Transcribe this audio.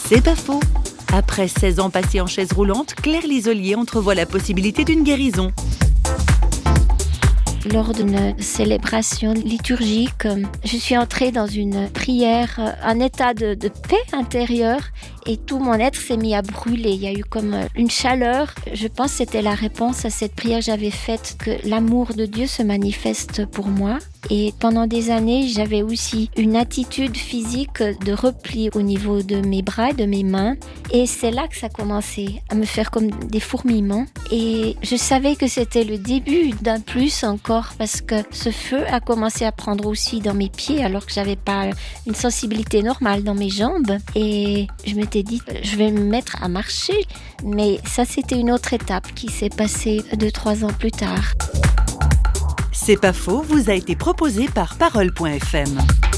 C'est pas faux. Après 16 ans passés en chaise roulante, Claire Lisolier entrevoit la possibilité d'une guérison. Lors d'une célébration liturgique, je suis entrée dans une prière, un état de paix intérieure et tout mon être s'est mis à brûler. Il y a eu comme une chaleur. Je pense que c'était la réponse à cette prière que j'avais faite, que l'amour de Dieu se manifeste pour moi. Et pendant des années, j'avais aussi une attitude physique de repli au niveau de mes bras et de mes mains. Et c'est là que ça a commencé à me faire comme des fourmillements. Et je savais que c'était le début d'un plus encore parce que ce feu a commencé à prendre aussi dans mes pieds alors que j'avais pas une sensibilité normale dans mes jambes. Et je m'étais dit, je vais me mettre à marcher. Mais ça, c'était une autre étape qui s'est passée 2-3 ans plus tard. C'est pas faux vous a été proposé par Parole.fm.